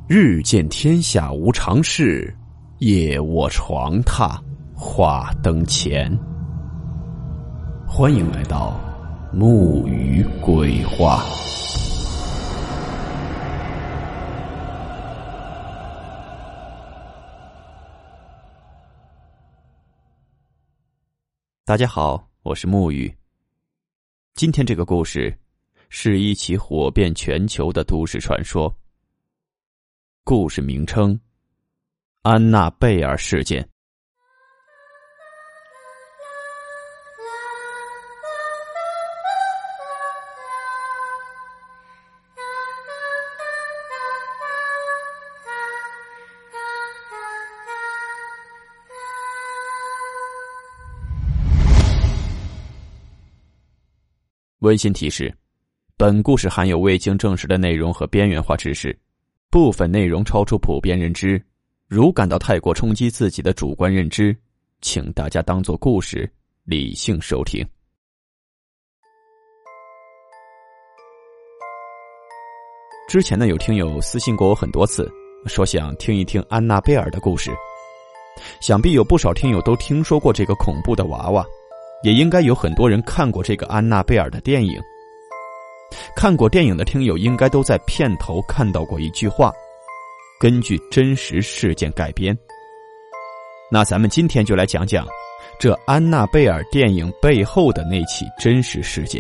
日见天下无常事，夜卧床榻话灯前。欢迎来到木鱼鬼话。大家好，我是木鱼。今天这个故事是一起火遍全球的都市传说。故事名称：安娜贝尔事件。温馨提示：本故事含有未经证实的内容和边缘化知识，部分内容超出普遍认知，如感到太过冲击自己的主观认知，请大家当作故事理性收听。之前呢，有听友私信过我很多次，说想听一听安娜贝尔的故事。想必有不少听友都听说过这个恐怖的娃娃，也应该有很多人看过这个安娜贝尔的电影。看过电影的听友应该都在片头看到过一句话：根据真实事件改编。那咱们今天就来讲讲这安娜贝尔电影背后的那起真实事件。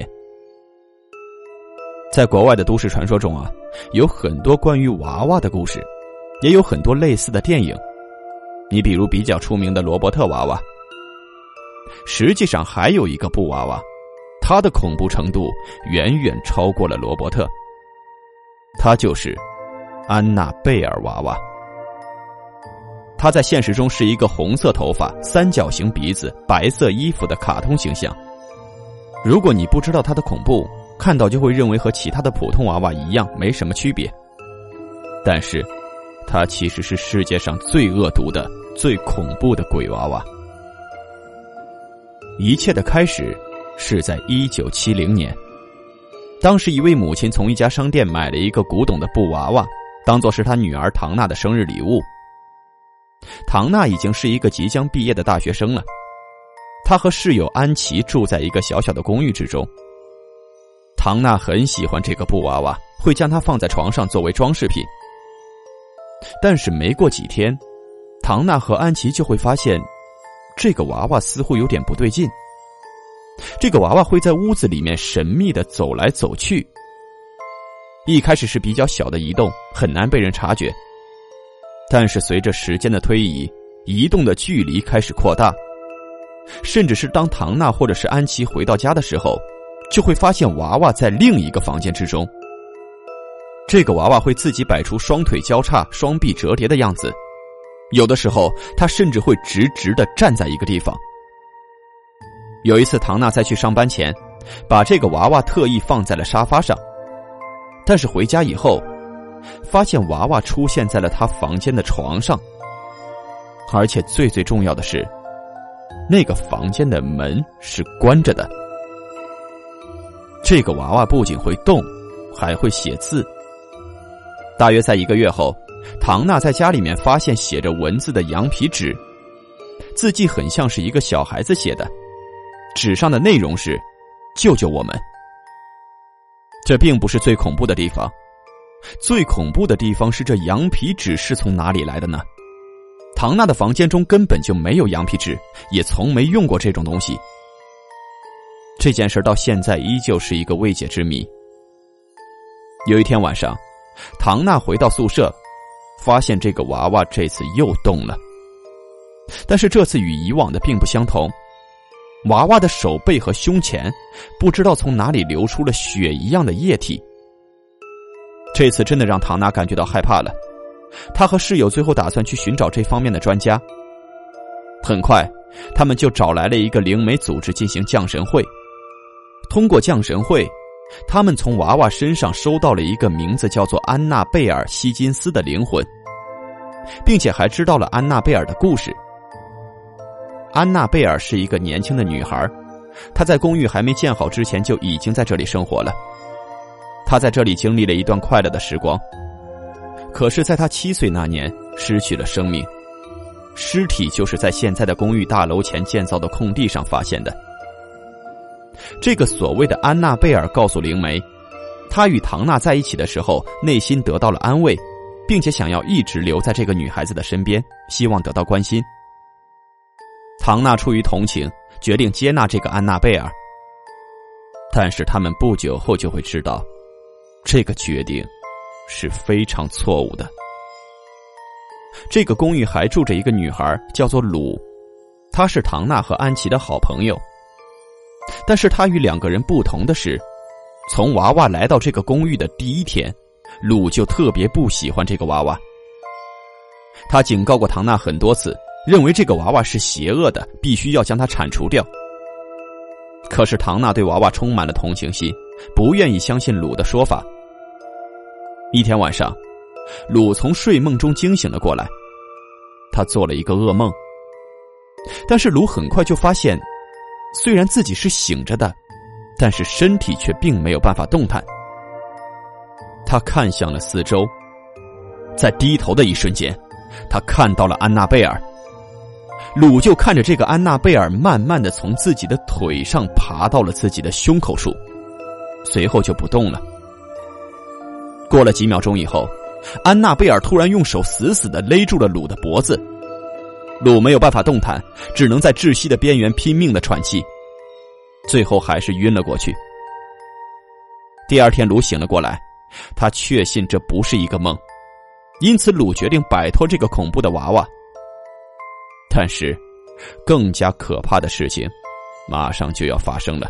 在国外的都市传说中啊，有很多关于娃娃的故事，也有很多类似的电影。你比如比较出名的罗伯特娃娃。实际上还有一个布娃娃，它的恐怖程度远远超过了罗伯特，它就是安娜贝尔娃娃。她在现实中是一个红色头发、三角形鼻子、白色衣服的卡通形象。如果你不知道她的恐怖，看到就会认为和其他的普通娃娃一样没什么区别。但是她其实是世界上最恶毒的、最恐怖的鬼娃娃。一切的开始是在1970年，当时一位母亲从一家商店买了一个古董的布娃娃，当作是她女儿唐娜的生日礼物。唐娜已经是一个即将毕业的大学生了，她和室友安琪住在一个小小的公寓之中。唐娜很喜欢这个布娃娃，会将它放在床上作为装饰品。但是没过几天，唐娜和安琪就会发现这个娃娃似乎有点不对劲。这个娃娃会在屋子里面神秘地走来走去，一开始是比较小的移动，很难被人察觉。但是随着时间的推移，移动的距离开始扩大，甚至是当唐娜或者是安琪回到家的时候，就会发现娃娃在另一个房间之中。这个娃娃会自己摆出双腿交叉、双臂折叠的样子，有的时候他甚至会直直地站在一个地方。有一次唐娜在去上班前，把这个娃娃特意放在了沙发上，但是回家以后发现娃娃出现在了她房间的床上，而且最重要的是，那个房间的门是关着的。这个娃娃不仅会动，还会写字。大约在1个月后，唐娜在家里面发现写着文字的羊皮纸，字迹很像是一个小孩子写的，纸上的内容是救救我们。这并不是最恐怖的地方，最恐怖的地方是这羊皮纸是从哪里来的呢？唐娜的房间中根本就没有羊皮纸，也从没用过这种东西。这件事到现在依旧是一个未解之谜。有一天晚上，唐娜回到宿舍，发现这个娃娃这次又动了，但是这次与以往的并不相同。娃娃的手背和胸前不知道从哪里流出了血一样的液体。这次真的让唐娜感觉到害怕了，她和室友最后打算去寻找这方面的专家。很快他们就找来了一个灵媒组织进行降神会。通过降神会，他们从娃娃身上收到了一个名字叫做安娜贝尔·希金斯的灵魂，并且还知道了安娜贝尔的故事。安娜贝尔是一个年轻的女孩，她在公寓还没建好之前就已经在这里生活了。她在这里经历了一段快乐的时光。 可是在他7岁那年失去了生命，尸体就是在现在的公寓大楼前建造的空地上发现的。这个所谓的安娜贝尔告诉灵媒，她与唐娜在一起的时候内心得到了安慰，并且想要一直留在这个女孩子的身边，希望得到关心。唐娜出于同情，决定接纳这个安娜贝尔。但是他们不久后就会知道，这个决定是非常错误的。这个公寓还住着一个女孩，叫做鲁，她是唐娜和安琪的好朋友。但是她与2个人不同的是，从娃娃来到这个公寓的第1天，鲁就特别不喜欢这个娃娃。他警告过唐娜很多次，认为这个娃娃是邪恶的，必须要将它铲除掉。可是唐娜对娃娃充满了同情心，不愿意相信鲁的说法。一天晚上，鲁从睡梦中惊醒了过来，他做了一个噩梦。但是鲁很快就发现，虽然自己是醒着的，但是身体却并没有办法动弹。他看向了四周，在低头的一瞬间，他看到了安娜贝尔。鲁就看着这个安娜贝尔慢慢地从自己的腿上爬到了自己的胸口处，随后就不动了。过了几秒钟以后，安娜贝尔突然用手死死地勒住了鲁的脖子，鲁没有办法动弹，只能在窒息的边缘拼命地喘气，最后还是晕了过去。第2天鲁醒了过来，他确信这不是一个梦，因此鲁决定摆脱这个恐怖的娃娃。但是更加可怕的事情马上就要发生了。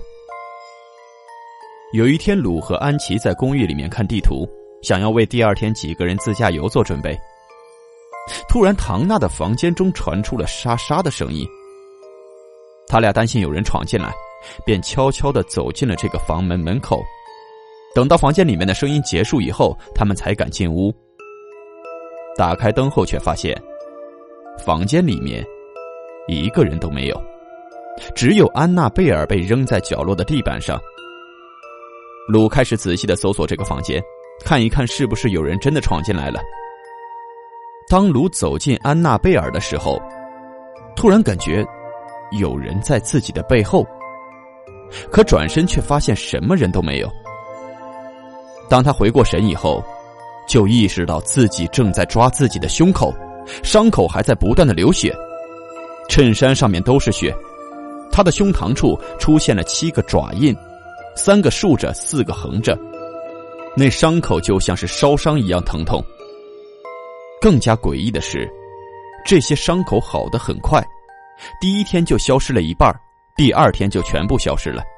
有一天，鲁和安琪在公寓里面看地图，想要为第2天几个人自驾游做准备。突然唐娜的房间中传出了沙沙的声音，他俩担心有人闯进来，便悄悄地走进了这个房门门口。等到房间里面的声音结束以后，他们才敢进屋。打开灯后，却发现房间里面一个人都没有，只有安娜贝尔被扔在角落的地板上。鲁开始仔细地搜索这个房间，看一看是不是有人真的闯进来了。当鲁走进安娜贝尔的时候，突然感觉有人在自己的背后，可转身却发现什么人都没有。当他回过神以后，就意识到自己正在抓自己的胸口，伤口还在不断的流血，衬衫上面都是血，他的胸膛处出现了7个爪印，3个竖着，4个横着，那伤口就像是烧伤一样疼痛。更加诡异的是，这些伤口好得很快，第1天就消失了一半，第2天就全部消失了。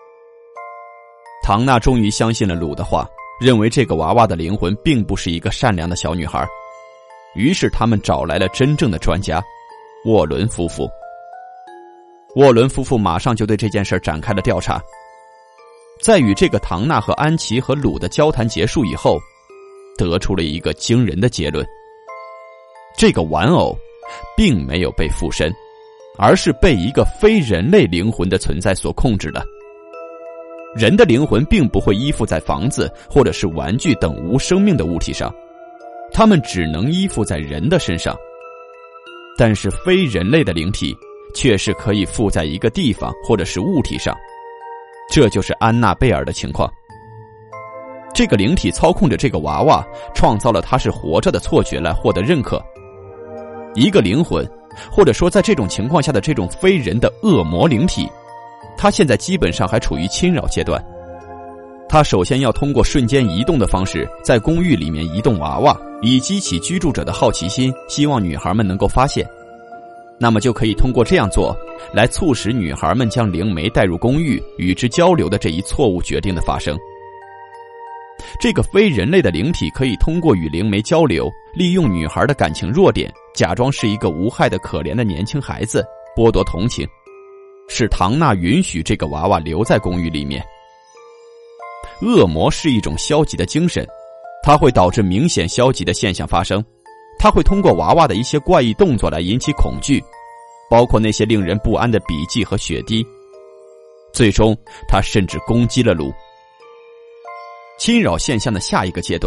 唐娜终于相信了鲁的话，认为这个娃娃的灵魂并不是一个善良的小女孩，于是他们找来了真正的专家沃伦夫妇。沃伦夫妇马上就对这件事展开了调查。在与这个唐娜和安琪和鲁的交谈结束以后，得出了一个惊人的结论：这个玩偶并没有被附身，而是被一个非人类灵魂的存在所控制的。人的灵魂并不会依附在房子或者是玩具等无生命的物体上，它们只能依附在人的身上。但是非人类的灵体却是可以附在一个地方或者是物体上，这就是安娜贝尔的情况。这个灵体操控着这个娃娃，创造了它是活着的错觉来获得认可。一个灵魂，或者说在这种情况下的这种非人的恶魔灵体，它现在基本上还处于侵扰阶段。它首先要通过瞬间移动的方式在公寓里面移动娃娃，以激起居住者的好奇心，希望女孩们能够发现。那么就可以通过这样做来促使女孩们将灵媒带入公寓与之交流的这一错误决定的发生。这个非人类的灵体可以通过与灵媒交流，利用女孩的感情弱点，假装是一个无害的可怜的年轻孩子，剥夺同情，使唐娜允许这个娃娃留在公寓里面。恶魔是一种消极的精神，它会导致明显消极的现象发生，它会通过娃娃的一些怪异动作来引起恐惧，包括那些令人不安的笔迹和血滴。最终它甚至攻击了鲁。侵扰现象的下一个阶段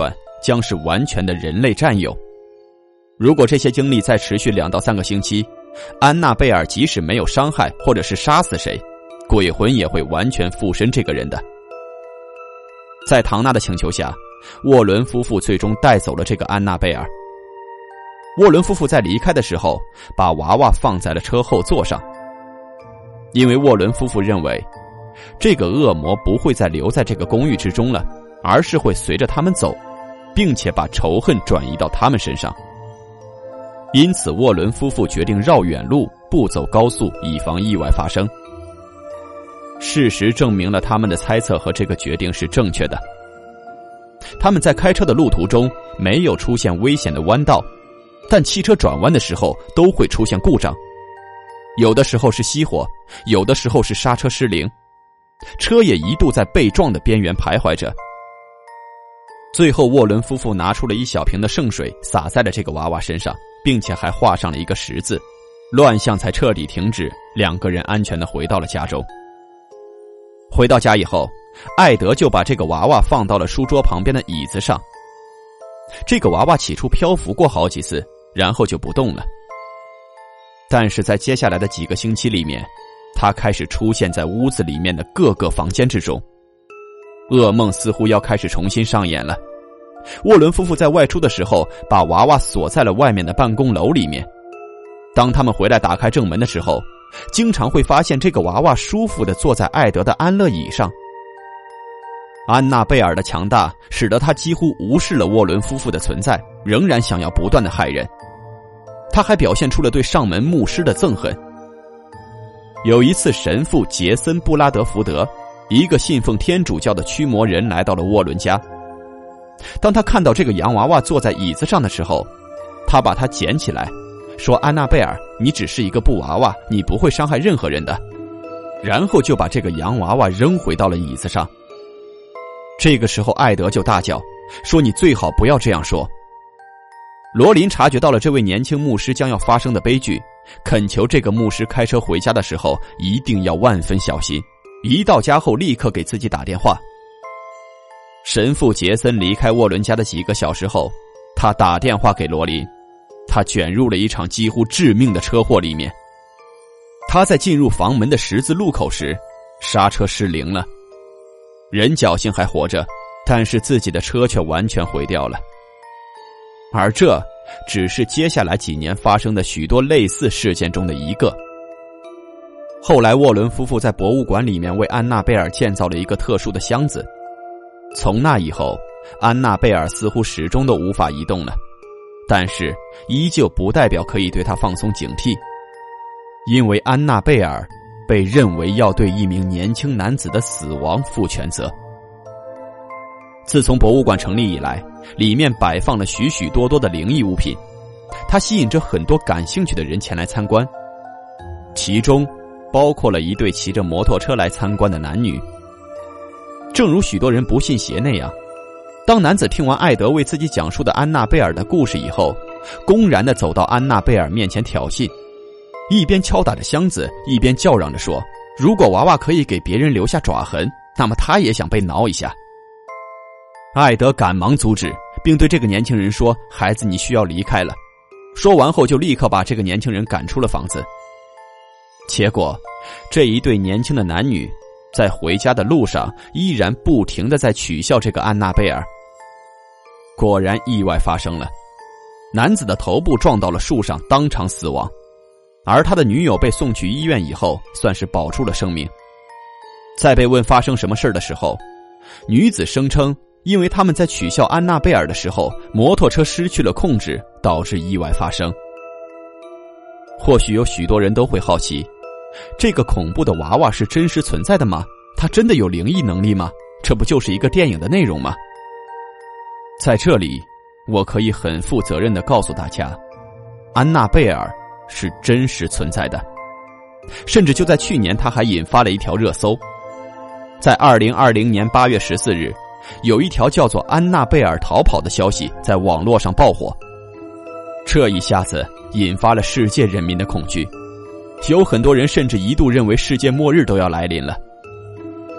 将是完全的人类占有。如果这些经历再持续2到3个星期，安娜贝尔即使没有伤害或者是杀死谁，鬼魂也会完全附身这个人的。在唐娜的请求下，沃伦夫妇最终带走了这个安娜贝尔。沃伦夫妇在离开的时候，把娃娃放在了车后座上，因为沃伦夫妇认为，这个恶魔不会再留在这个公寓之中了，而是会随着他们走，并且把仇恨转移到他们身上。因此，沃伦夫妇决定绕远路，不走高速，以防意外发生。事实证明了他们的猜测和这个决定是正确的。他们在开车的路途中没有出现危险的弯道，但汽车转弯的时候都会出现故障，有的时候是熄火，有的时候是刹车失灵，车也一度在被撞的边缘徘徊着。最后，沃伦夫妇拿出了1小瓶的圣水，洒在了这个娃娃身上，并且还画上了一个十字，乱象才彻底停止，2个人安全地回到了加州。回到家以后，艾德就把这个娃娃放到了书桌旁边的椅子上。这个娃娃起初漂浮过好几次，然后就不动了。但是在接下来的几个星期里面，它开始出现在屋子里面的各个房间之中。噩梦似乎要开始重新上演了。沃伦夫妇在外出的时候，把娃娃锁在了外面的办公楼里面。当他们回来打开正门的时候，经常会发现这个娃娃舒服地坐在艾德的安乐椅上。安娜贝尔的强大使得他几乎无视了沃伦夫妇的存在，仍然想要不断地害人。他还表现出了对上门牧师的憎恨。有一次，神父杰森·布拉德福德，一个信奉天主教的驱魔人，来到了沃伦家。当他看到这个洋娃娃坐在椅子上的时候，他把它捡起来，说：“安娜贝尔，你只是一个布娃娃，你不会伤害任何人的。”然后就把这个洋娃娃扔回到了椅子上。这个时候，艾德就大叫说：“你最好不要这样说。”罗琳察觉到了这位年轻牧师将要发生的悲剧，恳求这个牧师开车回家的时候一定要万分小心，一到家后立刻给自己打电话。神父杰森离开沃伦家的几个小时后，他打电话给罗琳，他卷入了一场几乎致命的车祸里面。他在进入房门的十字路口时，刹车失灵了。人侥幸还活着，但是自己的车却完全毁掉了。而这只是接下来几年发生的许多类似事件中的一个。后来沃伦夫妇在博物馆里面为安娜贝尔建造了一个特殊的箱子。从那以后，安娜贝尔似乎始终都无法移动了，但是依旧不代表可以对她放松警惕，因为安娜贝尔被认为要对一名年轻男子的死亡负全责。自从博物馆成立以来，里面摆放了许许多多的灵异物品，它吸引着很多感兴趣的人前来参观，其中包括了一对骑着摩托车来参观的男女。正如许多人不信邪那样，当男子听完艾德为自己讲述的安娜贝尔的故事以后，公然地走到安娜贝尔面前挑衅，一边敲打着箱子，一边叫嚷着说，如果娃娃可以给别人留下爪痕，那么他也想被挠一下。艾德赶忙阻止，并对这个年轻人说，孩子，你需要离开了。说完后就立刻把这个年轻人赶出了房子。结果这一对年轻的男女在回家的路上依然不停地在取笑这个安娜贝尔。果然意外发生了，男子的头部撞到了树上，当场死亡，而他的女友被送去医院以后算是保住了生命。在被问发生什么事的时候，女子声称因为他们在取笑安娜贝尔的时候，摩托车失去了控制，导致意外发生。或许有许多人都会好奇，这个恐怖的娃娃是真实存在的吗？它真的有灵异能力吗？这不就是一个电影的内容吗？在这里，我可以很负责任地告诉大家，安娜贝尔是真实存在的。甚至就在去年，它还引发了一条热搜。在2020年8月14日，有一条叫做安娜贝尔逃跑的消息在网络上爆火，这一下子引发了世界人民的恐惧，有很多人甚至一度认为世界末日都要来临了。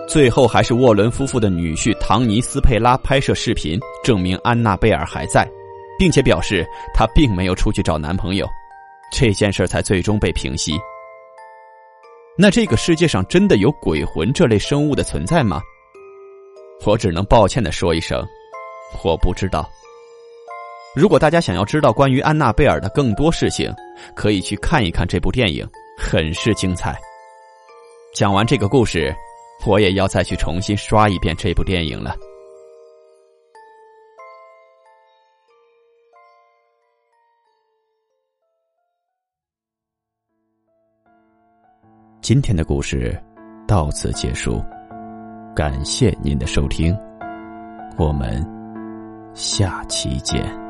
最后还是沃伦夫妇的女婿唐尼斯佩拉拍摄视频证明安娜贝尔还在，并且表示她并没有出去找男朋友，这件事才最终被平息。那这个世界上真的有鬼魂这类生物的存在吗？我只能抱歉地说一声，我不知道。如果大家想要知道关于安娜贝尔的更多事情，可以去看一看这部电影，很是精彩。讲完这个故事，我也要再去重新刷一遍这部电影了。今天的故事到此结束，感谢您的收听，我们下期见。